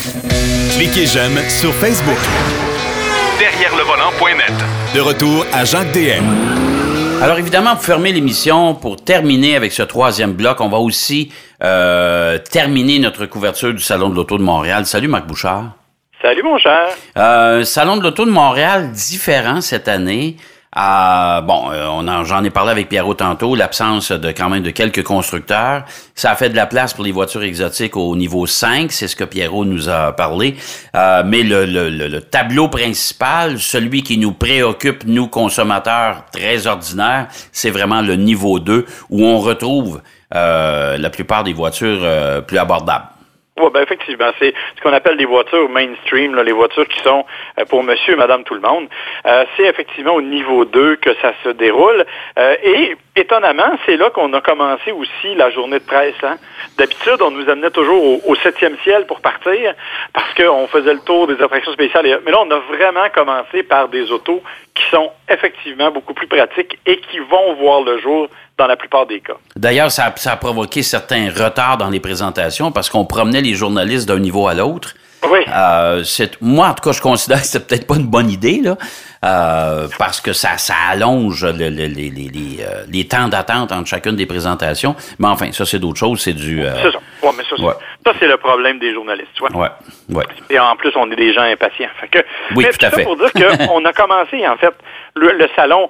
Cliquez j'aime sur Facebook. Derrière le volant.net. De retour à Jacques DM. Alors évidemment, pour fermer l'émission, pour terminer avec ce troisième bloc, on va aussi terminer notre couverture du Salon de l'Auto de Montréal. Salut Marc Bouchard. Salut mon cher. Salon de l'Auto de Montréal différent cette année. J'en ai parlé avec Pierrot tantôt, l'absence de quand même de quelques constructeurs. Ça a fait de la place pour les voitures exotiques au niveau 5, c'est ce que Pierrot nous a parlé. Mais le tableau principal, celui qui nous préoccupe, nous consommateurs très ordinaires, c'est vraiment le niveau 2 où on retrouve la plupart des voitures plus abordables. Oui, ben effectivement, c'est ce qu'on appelle des voitures mainstream, là, les voitures qui sont pour monsieur et madame tout le monde. C'est effectivement au niveau 2 que ça se déroule. Et étonnamment, c'est là qu'on a commencé aussi la journée de presse. Hein. D'habitude, on nous amenait toujours au 7e ciel pour partir parce qu'on faisait le tour des attractions spéciales. Mais là, on a vraiment commencé par des autos qui sont effectivement beaucoup plus pratiques et qui vont voir le jour dans la plupart des cas. D'ailleurs, ça a provoqué certains retards dans les présentations parce qu'on promenait les journalistes d'un niveau à l'autre. Oui. Moi, en tout cas, je considère que c'est peut-être pas une bonne idée, là, parce que ça allonge les temps d'attente entre chacune des présentations. Mais enfin, ça, c'est d'autres choses. C'est du... C'est ça. Ouais, mais ça, c'est le problème des journalistes. Tu vois? Ouais. Et en plus, on est des gens impatients. Fait que, oui, mais tout à fait. pour dire qu'on a commencé, en fait, le salon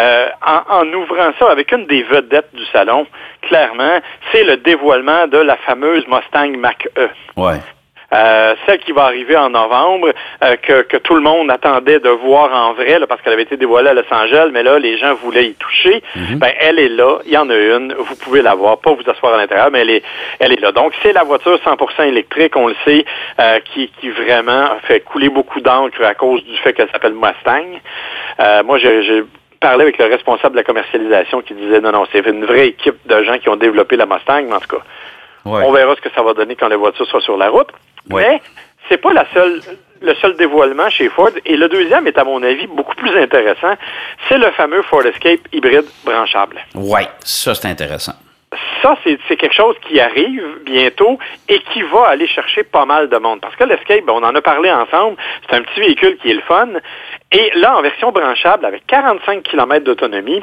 en ouvrant ça avec une des vedettes du salon. Clairement, c'est le dévoilement de la fameuse Mustang Mach-E. Ouais. Celle qui va arriver en novembre, que tout le monde attendait de voir en vrai, là, parce qu'elle avait été dévoilée à Los Angeles, mais là, les gens voulaient y toucher. Mm-hmm. Ben, elle est là, il y en a une, vous pouvez la voir, pas vous asseoir à l'intérieur, mais elle est là. Donc, c'est la voiture 100% électrique, on le sait, qui vraiment fait couler beaucoup d'encre à cause du fait qu'elle s'appelle Mustang. Moi, j'ai parlé avec le responsable de la commercialisation qui disait non, c'est une vraie équipe de gens qui ont développé la Mustang, mais en tout cas, on verra ce que ça va donner quand la voiture sera sur la route. Ouais. Mais c'est pas le seul dévoilement chez Ford. Et le deuxième est, à mon avis, beaucoup plus intéressant. C'est le fameux Ford Escape hybride branchable. Oui, ça, c'est intéressant. Ça, c'est quelque chose qui arrive bientôt et qui va aller chercher pas mal de monde. Parce que l'Escape, on en a parlé ensemble, c'est un petit véhicule qui est le fun. Et là, en version branchable, avec 45 km d'autonomie,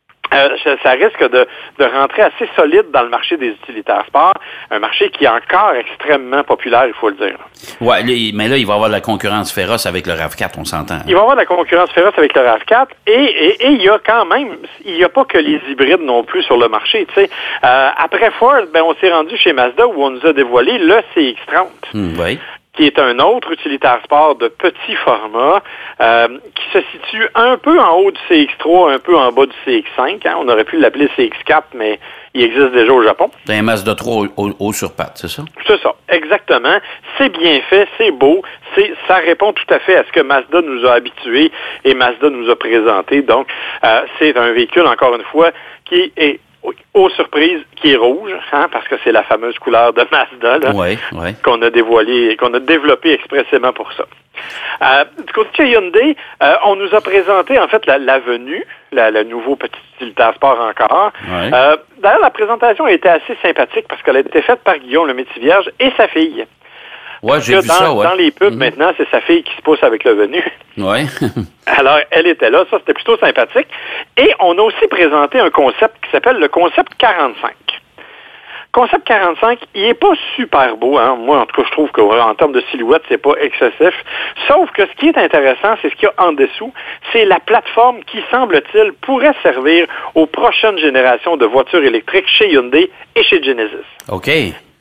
ça risque de rentrer assez solide dans le marché des utilitaires sport, un marché qui est encore extrêmement populaire, il faut le dire. Oui, mais là, il va y avoir de la concurrence féroce avec le RAV4, on s'entend. Il va y avoir de la concurrence féroce avec le RAV4 et il y a quand même, il n'y a pas que les hybrides non plus sur le marché. Tu sais, après Ford, on s'est rendu chez Mazda où on nous a dévoilé le CX-30. Oui. Qui est un autre utilitaire sport de petit format, qui se situe un peu en haut du CX-3, un peu en bas du CX-5. Hein. On aurait pu l'appeler CX-4, mais il existe déjà au Japon. C'est un Mazda 3 haut sur pattes, c'est ça? C'est ça, exactement. C'est bien fait, c'est beau, ça répond tout à fait à ce que Mazda nous a habitués et Mazda nous a présenté. Donc, c'est un véhicule, encore une fois, qui est aux surprises, qui est rouge, hein, parce que c'est la fameuse couleur de Mazda là, qu'on a dévoilée, qu'on a développée expresséement pour ça. Du côté de Hyundai, on nous a présenté en fait l'Avenue, le nouveau petit utilitaire sport encore. Ouais. D'ailleurs, la présentation a été assez sympathique parce qu'elle a été faite par Guillaume le Métivierge et sa fille. Ouais, j'ai vu ça, ouais. Dans les pubs, maintenant, c'est sa fille qui se pousse avec le Venu. Ouais. Alors, elle était là, ça, c'était plutôt sympathique. Et on a aussi présenté un concept qui s'appelle le concept 45. Concept 45, il est pas super beau, hein. Moi, en tout cas, je trouve qu'en termes de silhouette, c'est pas excessif. Sauf que ce qui est intéressant, c'est ce qu'il y a en dessous. C'est la plateforme qui, semble-t-il, pourrait servir aux prochaines générations de voitures électriques chez Hyundai et chez Genesis. OK.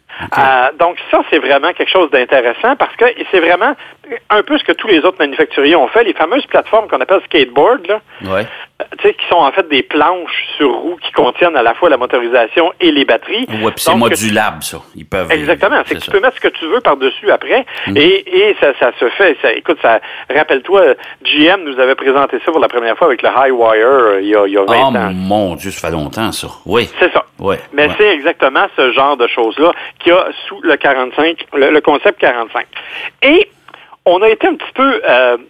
Donc ça, c'est vraiment quelque chose d'intéressant parce que c'est vraiment un peu ce que tous les autres manufacturiers ont fait. Les fameuses plateformes qu'on appelle skateboard, là, qui sont en fait des planches sur roues qui contiennent à la fois la motorisation et les batteries. Oui, puis c'est modulable, ça. Ils peuvent. Exactement. C'est que tu peux mettre ce que tu veux par-dessus après et ça se fait. Écoute, rappelle-toi, GM nous avait présenté ça pour la première fois avec le High Wire il y a 20 ans. Oh mon Dieu, ça fait longtemps, ça. Oui. C'est ça. Mais c'est exactement ce genre de choses-là qu'il y a sous le 45, le concept 45. Et on a été un petit peu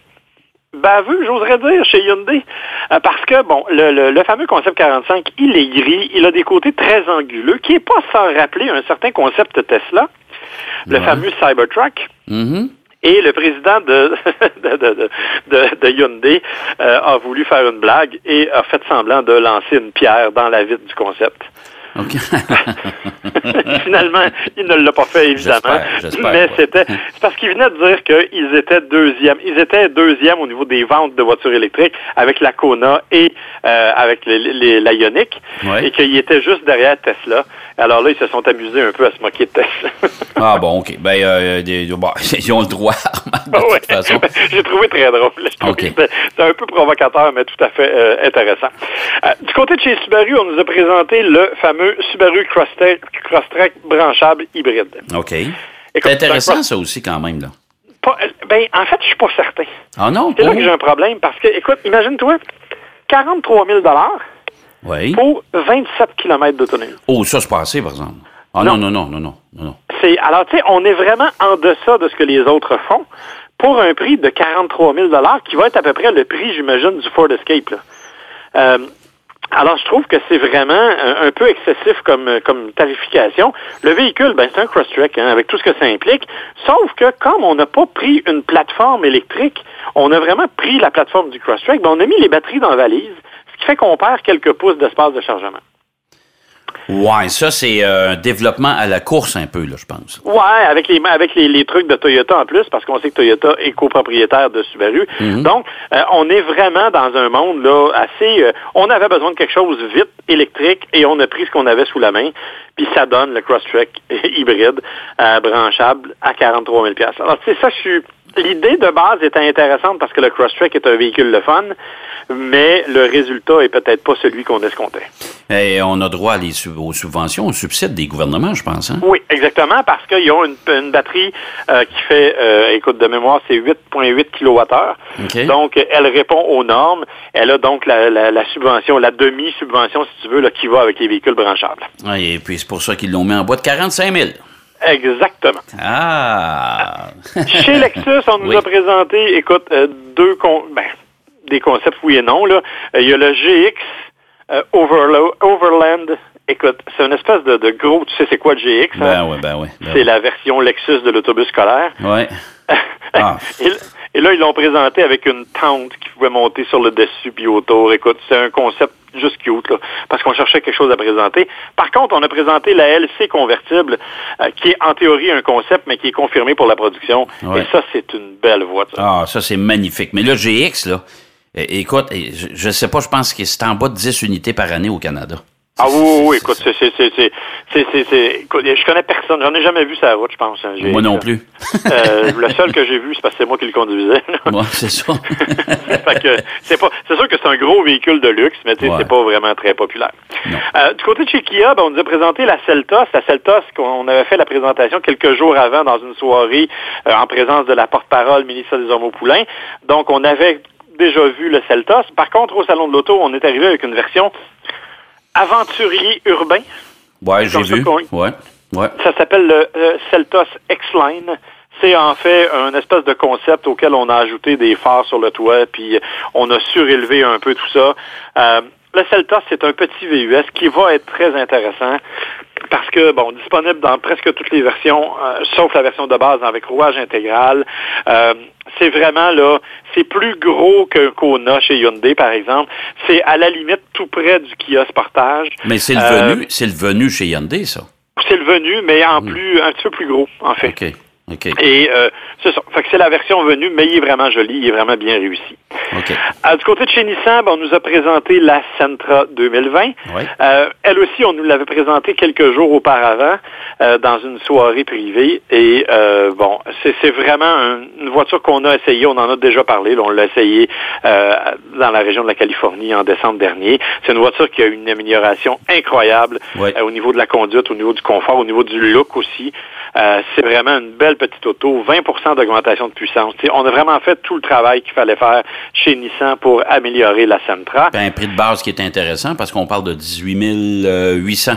baveux, j'oserais dire, chez Hyundai, parce que, le fameux concept 45, il est gris, il a des côtés très anguleux, qui n'est pas sans rappeler un certain concept Tesla. le fameux Cybertruck. Mm-hmm. Et le président de Hyundai a voulu faire une blague et a fait semblant de lancer une pierre dans la vitre du concept. Okay. Finalement, il ne l'a pas fait, évidemment. J'espère mais pas. c'est parce qu'il venait de dire qu'ils étaient deuxième. Ils étaient deuxième au niveau des ventes de voitures électriques avec la Kona et avec la Ioniq. Ouais. Et qu'ils étaient juste derrière Tesla. Alors là, ils se sont amusés un peu à se moquer de Tesla. Ah bon, OK. Ben, bon, ils ont le droit, de toute façon. J'ai trouvé très drôle. Je trouve que c'était un peu provocateur, mais tout à fait intéressant. Du côté de chez Subaru, on nous a présenté le fameux Subaru Crosstrek branchable hybride. OK. Écoute, c'est intéressant, ça aussi, quand même, là. En fait, je suis pas certain. Ah non? C'est là que j'ai un problème, parce que, écoute, imagine-toi, 43 000 oui. pour 27 km d'autonomie. Oh, ça, c'est pas assez, par exemple. Ah non. Alors, tu sais, on est vraiment en deçà de ce que les autres font pour un prix de 43 000 qui va être à peu près le prix, j'imagine, du Ford Escape, là. Alors, je trouve que c'est vraiment un peu excessif comme tarification. Le véhicule, c'est un Crosstrek, avec tout ce que ça implique. Sauf que, comme on n'a pas pris une plateforme électrique, on a vraiment pris la plateforme du Crosstrek, on a mis les batteries dans la valise, ce qui fait qu'on perd quelques pouces d'espace de chargement. Ouais, ça, c'est un développement à la course un peu, là, je pense. Ouais, avec les trucs de Toyota en plus, parce qu'on sait que Toyota est copropriétaire de Subaru. Mm-hmm. Donc, on est vraiment dans un monde là assez... on avait besoin de quelque chose vite, électrique, et on a pris ce qu'on avait sous la main, puis ça donne le Crosstrek hybride branchable à 43 000 $. Alors, tu sais, ça, l'idée de base était intéressante parce que le Crosstrek est un véhicule le fun, mais le résultat est peut-être pas celui qu'on escomptait. Et on a droit aux subventions, aux subsides des gouvernements, je pense. Hein? Oui, exactement, parce qu'ils ont une batterie qui fait, écoute, de mémoire, c'est 8,8 kWh. Okay. Donc, elle répond aux normes. Elle a donc la subvention, la demi-subvention, si tu veux, là, qui va avec les véhicules branchables. Oui, et puis c'est pour ça qu'ils l'ont mis en bois de 45 000. Exactement. Ah! Chez Lexus, on nous a présenté, écoute, des concepts oui et non, là. Il y a le GX Overland. Écoute, c'est une espèce de gros, tu sais c'est quoi le GX? Ben oui. C'est la version Lexus de l'autobus scolaire. Oui. Ah. Et là, ils l'ont présenté avec une tente qui pouvait monter sur le dessus puis autour. Écoute, c'est un concept juste cute, là, parce qu'on cherchait quelque chose à présenter. Par contre, on a présenté la LC convertible, qui est en théorie un concept, mais qui est confirmé pour la production. Ouais. Et ça, c'est une belle voiture. Ah, ça, c'est magnifique. Mais le GX, là, écoute, je sais pas, je pense que c'est en bas de 10 unités par année au Canada. Ah oui, écoute, écoute, je connais personne, j'en ai jamais vu sur la route, je pense. Moi non plus. Le seul que j'ai vu, c'est parce que c'est moi qui le conduisais. Moi, c'est ça. Fait que c'est sûr que c'est un gros véhicule de luxe, mais c'est pas vraiment très populaire. Du côté de chez Kia, on nous a présenté la Seltos. La Seltos, qu'on avait fait la présentation quelques jours avant dans une soirée en présence de la porte-parole Mélissa Desormeaux-Poulain. Donc, on avait déjà vu le Seltos. Par contre, au Salon de l'Auto, on est arrivé avec une version aventurier urbain. Ouais, j'ai vu. Ouais. Ça s'appelle le Seltos X-Line. C'est en fait un espèce de concept auquel on a ajouté des phares sur le toit, puis on a surélevé un peu tout ça. Le Seltos, c'est un petit VUS qui va être très intéressant parce que, disponible dans presque toutes les versions, sauf la version de base avec rouage intégral. C'est vraiment, là, c'est plus gros qu'un Kona chez Hyundai, par exemple. C'est à la limite tout près du Kia Sportage. Mais c'est le venu chez Hyundai, ça. C'est le venu, mais un petit peu plus gros, en fait. OK. Et c'est ça. Fait que c'est la version venue, mais il est vraiment joli, il est vraiment bien réussi. OK. Du côté de chez Nissan, on nous a présenté la Sentra 2020. Oui. Elle aussi, on nous l'avait présentée quelques jours auparavant dans une soirée privée. Et c'est vraiment une voiture qu'on a essayée. On en a déjà parlé. Là, on l'a essayé dans la région de la Californie en décembre dernier. C'est une voiture qui a une amélioration incroyable au niveau de la conduite, au niveau du confort, au niveau du look aussi. C'est vraiment une belle petite auto, 20% d'augmentation de puissance. T'sais, on a vraiment fait tout le travail qu'il fallait faire chez Nissan pour améliorer la Sentra. Un prix de base qui est intéressant parce qu'on parle de 18 800.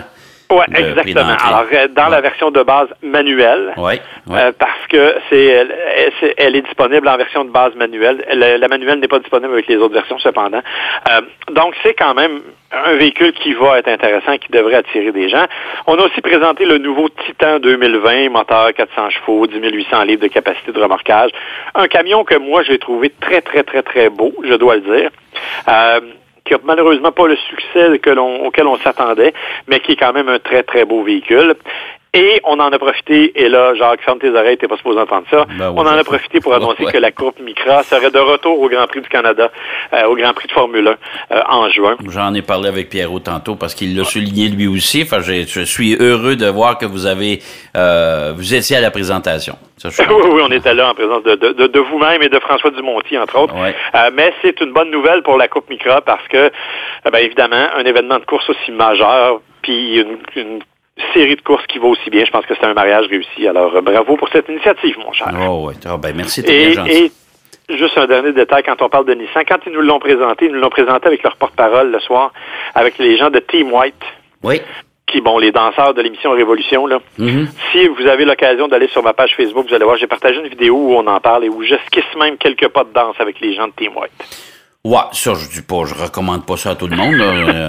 Oui, exactement. Alors, dans la version de base manuelle, parce que elle est disponible en version de base manuelle. La manuelle n'est pas disponible avec les autres versions, cependant. Donc, c'est quand même un véhicule qui va être intéressant, qui devrait attirer des gens. On a aussi présenté le nouveau Titan 2020, moteur 400 chevaux, 10 800 livres de capacité de remorquage. Un camion que moi, j'ai trouvé très, très, très, très beau, je dois le dire. Qui a malheureusement pas le succès auquel on s'attendait, mais qui est quand même un très, très beau véhicule. Et on en a profité, et là, Jacques, ferme tes oreilles, t'es pas supposé entendre ça. On en a profité pour annoncer que la Course Micra serait de retour au Grand Prix du Canada, au Grand Prix de Formule 1 en juin. J'en ai parlé avec Pierrot tantôt parce qu'il l'a souligné lui aussi. Enfin, je suis heureux de voir que vous étiez à la présentation. Ça, oui, on était là en présence de vous-même et de François Dumontier, entre autres. Ouais. Mais c'est une bonne nouvelle pour la Coupe Micra parce que, évidemment, un événement de course aussi majeur, puis une série de courses qui va aussi bien. Je pense que c'est un mariage réussi. Alors, bravo pour cette initiative, mon cher. Oh, oui. Merci, t'es bien gentil. Et juste un dernier détail, quand on parle de Nissan, quand ils nous l'ont présenté avec leur porte-parole le soir, avec les gens de Team White. Oui. Qui, les danseurs de l'émission Révolution, là. Mm-hmm. Si vous avez l'occasion d'aller sur ma page Facebook, vous allez voir, j'ai partagé une vidéo où on en parle et où j'esquisse même quelques pas de danse avec les gens de Team White. Ouais, ça, je recommande pas ça à tout le monde.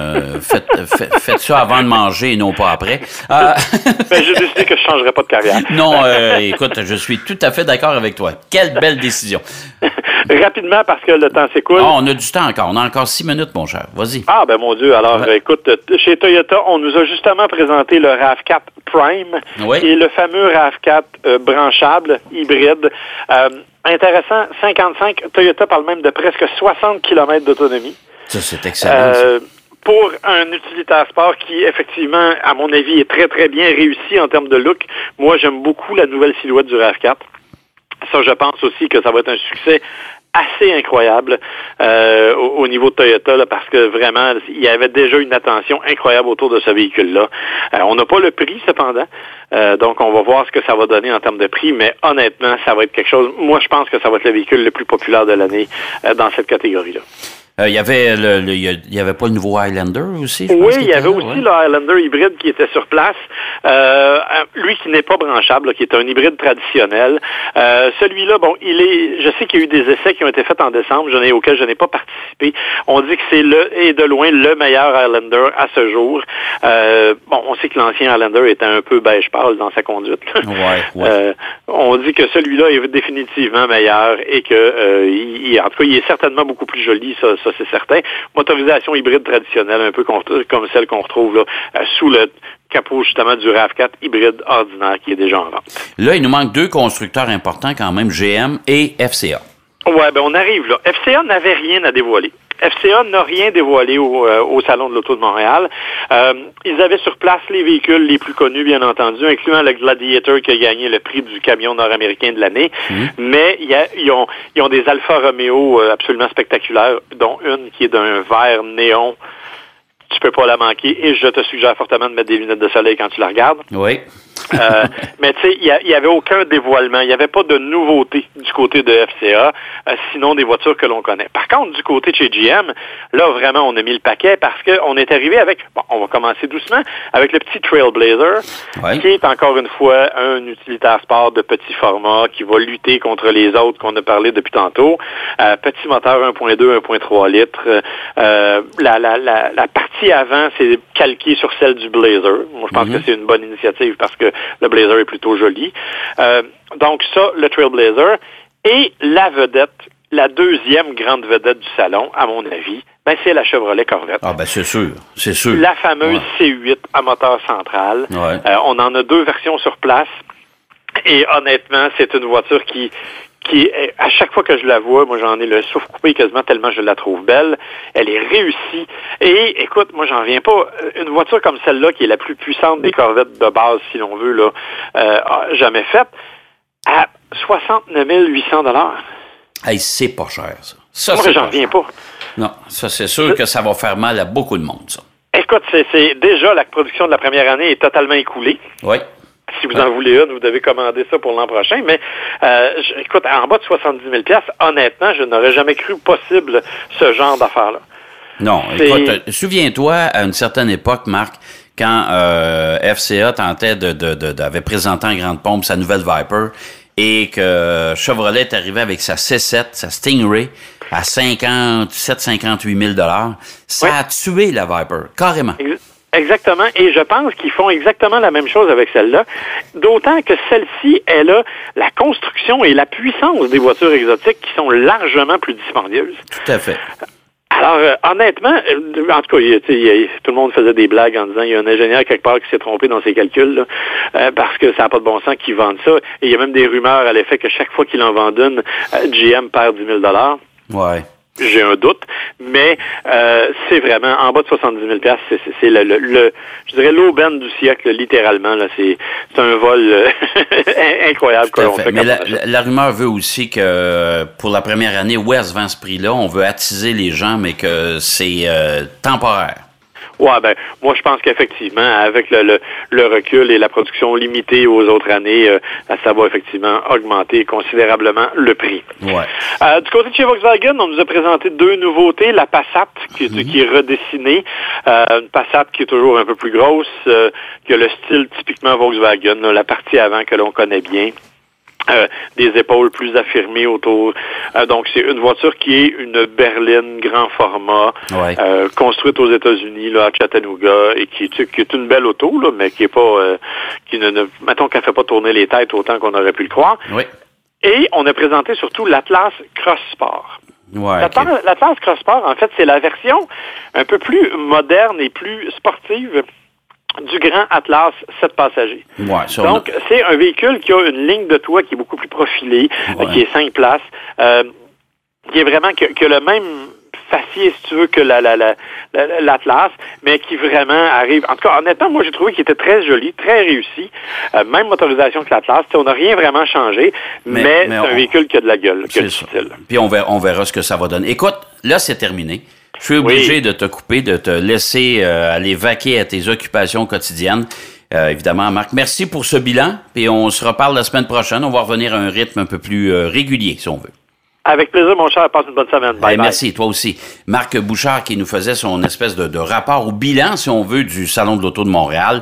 Faites ça avant de manger et non pas après. J'ai décidé que je changerais pas de carrière. Non, écoute, je suis tout à fait d'accord avec toi. Quelle belle décision. Rapidement, parce que le temps s'écoule. On a du temps encore. On a encore 6 minutes, mon cher. Vas-y. Ah, mon Dieu. Alors, écoute, chez Toyota, on nous a justement présenté le RAV4 Prime, qui est le fameux RAV4 branchable, hybride. Intéressant, 55, Toyota parle même de presque 60 km d'autonomie. Ça, c'est excellent. Pour un utilitaire sport qui, effectivement, à mon avis, est très, très bien réussi en termes de look. Moi, j'aime beaucoup la nouvelle silhouette du RAV4. Ça, je pense aussi que ça va être un succès assez incroyable au niveau de Toyota, là, parce que vraiment, il y avait déjà une attention incroyable autour de ce véhicule-là. On n'a pas le prix, cependant. Donc, on va voir ce que ça va donner en termes de prix, mais honnêtement, ça va être quelque chose. Moi, je pense que ça va être le véhicule le plus populaire de l'année dans cette catégorie-là. Il y avait pas le nouveau Highlander aussi? Oui, il y avait aussi le Highlander hybride qui était sur place. Lui qui n'est pas branchable, qui est un hybride traditionnel. Celui-là, je sais qu'il y a eu des essais qui ont été faits en décembre, auxquels je n'ai pas participé. On dit que c'est de loin le meilleur Highlander à ce jour. On sait que l'ancien Highlander était un peu beige pâle dans sa conduite. On dit que celui-là est définitivement meilleur et que, en tout cas, il est certainement beaucoup plus joli, ça c'est certain. Motorisation hybride traditionnelle, un peu comme celle qu'on retrouve là, sous le capot justement du RAV4 hybride ordinaire qui est déjà en vente. Là, il nous manque 2 constructeurs importants quand même, GM et FCA. Ouais, on arrive là. FCA n'avait rien à dévoiler. FCA n'a rien dévoilé au Salon de l'Auto de Montréal. Ils avaient sur place les véhicules les plus connus, bien entendu, incluant le Gladiator qui a gagné le prix du camion nord-américain de l'année. Mais ils ont des Alfa Romeo absolument spectaculaires, dont une qui est d'un vert néon. Tu peux pas la manquer et je te suggère fortement de mettre des lunettes de soleil quand tu la regardes. Oui. Mais tu sais, il y avait aucun dévoilement, il n'y avait pas de nouveauté du côté de FCA, sinon des voitures que l'on connaît. Par contre, du côté de chez GM, là vraiment on a mis le paquet parce qu'on est arrivé avec, on va commencer doucement, avec le petit Trailblazer, qui est encore une fois un utilitaire sport de petit format qui va lutter contre les autres qu'on a parlé depuis tantôt. Petit moteur 1.2, 1.3 litres. La partie avant, c'est calqué sur celle du Blazer. Moi, je pense que c'est une bonne initiative parce que le Blazer est plutôt joli. Donc ça, le Trailblazer. Et la vedette, la deuxième grande vedette du salon, à mon avis, c'est la Chevrolet Corvette. Ah c'est sûr, c'est sûr. La fameuse C8 à moteur central. On en a 2 versions sur place. Et honnêtement, c'est une voiture qui à chaque fois que je la vois, moi j'en ai le souffle coupé quasiment tellement je la trouve belle. Elle est réussie. Et écoute, moi j'en viens pas. Une voiture comme celle-là, qui est la plus puissante des Corvettes de base, si l'on veut, là, jamais faite, à 69 800 $. Hey, c'est pas cher, ça. Moi, j'en viens pas. Non, ça c'est sûr que ça va faire mal à beaucoup de monde, ça. Écoute, c'est déjà la production de la première année est totalement écoulée. Oui. Si vous en voulez une, vous devez commander ça pour l'an prochain. Mais, écoute, en bas de 70 000 $, honnêtement, je n'aurais jamais cru possible ce genre d'affaires-là. Non, écoute, souviens-toi, à une certaine époque, Marc, quand FCA tentait avait présenté en grande pompe sa nouvelle Viper et que Chevrolet est arrivé avec sa C7, sa Stingray, à 58 000 $. Ça a tué la Viper, carrément. Exactement, et je pense qu'ils font exactement la même chose avec celle-là, d'autant que celle-ci, elle a la construction et la puissance des voitures exotiques qui sont largement plus dispendieuses. Tout à fait. Alors, honnêtement, en tout cas, tout le monde faisait des blagues en disant il y a un ingénieur quelque part qui s'est trompé dans ses calculs, là, parce que ça n'a pas de bon sens qu'ils vendent ça. Et il y a même des rumeurs à l'effet que chaque fois qu'il en vendent une, GM perd 10 000 $. Ouais. J'ai un doute, mais c'est vraiment en bas de 70 000 $. C'est je dirais l'aubaine du siècle, littéralement. Là, c'est un vol incroyable que l'on fait. Mais la rumeur veut aussi que pour la première année, où elle se vend ce prix-là, on veut attiser les gens, mais que c'est temporaire. Ouais, ben moi je pense qu'effectivement, avec le recul et la production limitée aux autres années, ça va effectivement augmenter considérablement le prix. Ouais. Du côté de chez Volkswagen, on nous a présenté deux nouveautés. La Passat qui est redessinée, une Passat qui est toujours un peu plus grosse, qui a le style typiquement Volkswagen, là, la partie avant que l'on connaît bien. Des épaules plus affirmées autour. Donc, c'est une voiture qui est une berline grand format, ouais. Construite aux États-Unis, là, à Chattanooga, et qui est une belle auto, là, mais qui est pas, mettons qu'elle fait pas tourner les têtes autant qu'on aurait pu le croire. Oui. Et on a présenté surtout l'Atlas Cross Sport. Ouais, L'Atlas Cross Sport, en fait, c'est la version un peu plus moderne et plus sportive du grand Atlas 7 passagers. Ouais, donc, c'est un véhicule qui a une ligne de toit qui est beaucoup plus profilée, ouais. Qui est 5 places, qui est vraiment que le même faciès, si tu veux, que l'Atlas, mais qui vraiment arrive. En tout cas, honnêtement, moi, j'ai trouvé qu'il était très joli, très réussi. Même motorisation que l'Atlas. On n'a rien vraiment changé, mais c'est un véhicule qui a de la gueule, qui a du style. Puis on verra ce que ça va donner. Écoute, là, c'est terminé. Je suis obligé de te couper, de te laisser aller vaquer à tes occupations quotidiennes. Évidemment, Marc, merci pour ce bilan. Puis on se reparle la semaine prochaine. On va revenir à un rythme un peu plus régulier, si on veut. Avec plaisir, mon cher. Passe une bonne semaine. Bye, bye. Merci, toi aussi. Marc Bouchard qui nous faisait son espèce de rapport au bilan, si on veut, du Salon de l'Auto de Montréal.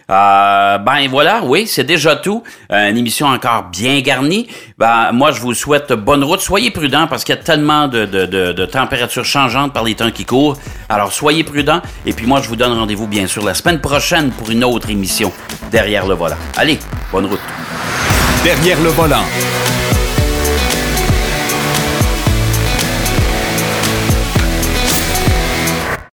Ben voilà, oui, c'est déjà tout. Une émission encore bien garnie. Ben moi, je vous souhaite bonne route. Soyez prudents parce qu'il y a tellement de températures changeantes par les temps qui courent. Alors soyez prudents. Et puis moi, je vous donne rendez-vous bien sûr la semaine prochaine pour une autre émission Derrière le volant. Allez, bonne route. Derrière le volant.